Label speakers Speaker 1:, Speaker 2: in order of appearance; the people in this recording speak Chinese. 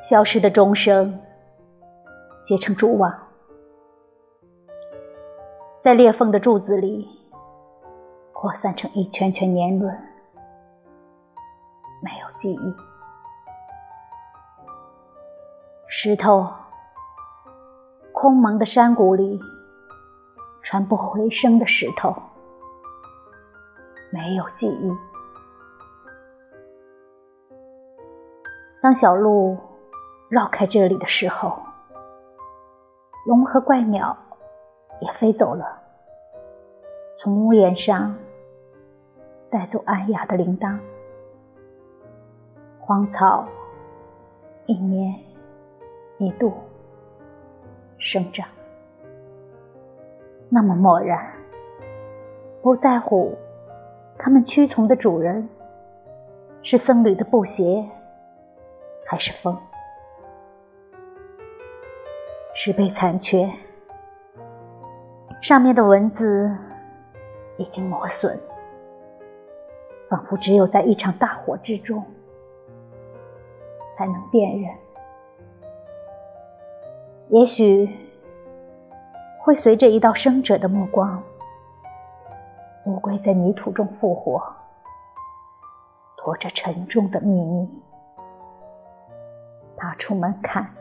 Speaker 1: 消失的钟声结成蛛网，在裂缝的柱子里扩散成一圈圈年轮，没有记忆。石头，空蒙的山谷里传不回声的石头，没有记忆。当小路绕开这里的时候，龙和怪鸟也飞走了，从屋檐上带走安雅的铃铛。荒草一年一度生长，那么漠然，不在乎他们屈从的主人是僧侣的布鞋还是风。石碑残缺，上面的文字已经磨损，仿佛只有在一场大火之中才能辨认。也许会随着一道生者的目光，乌龟在泥土中复活，驮着沉重的秘密爬出门槛。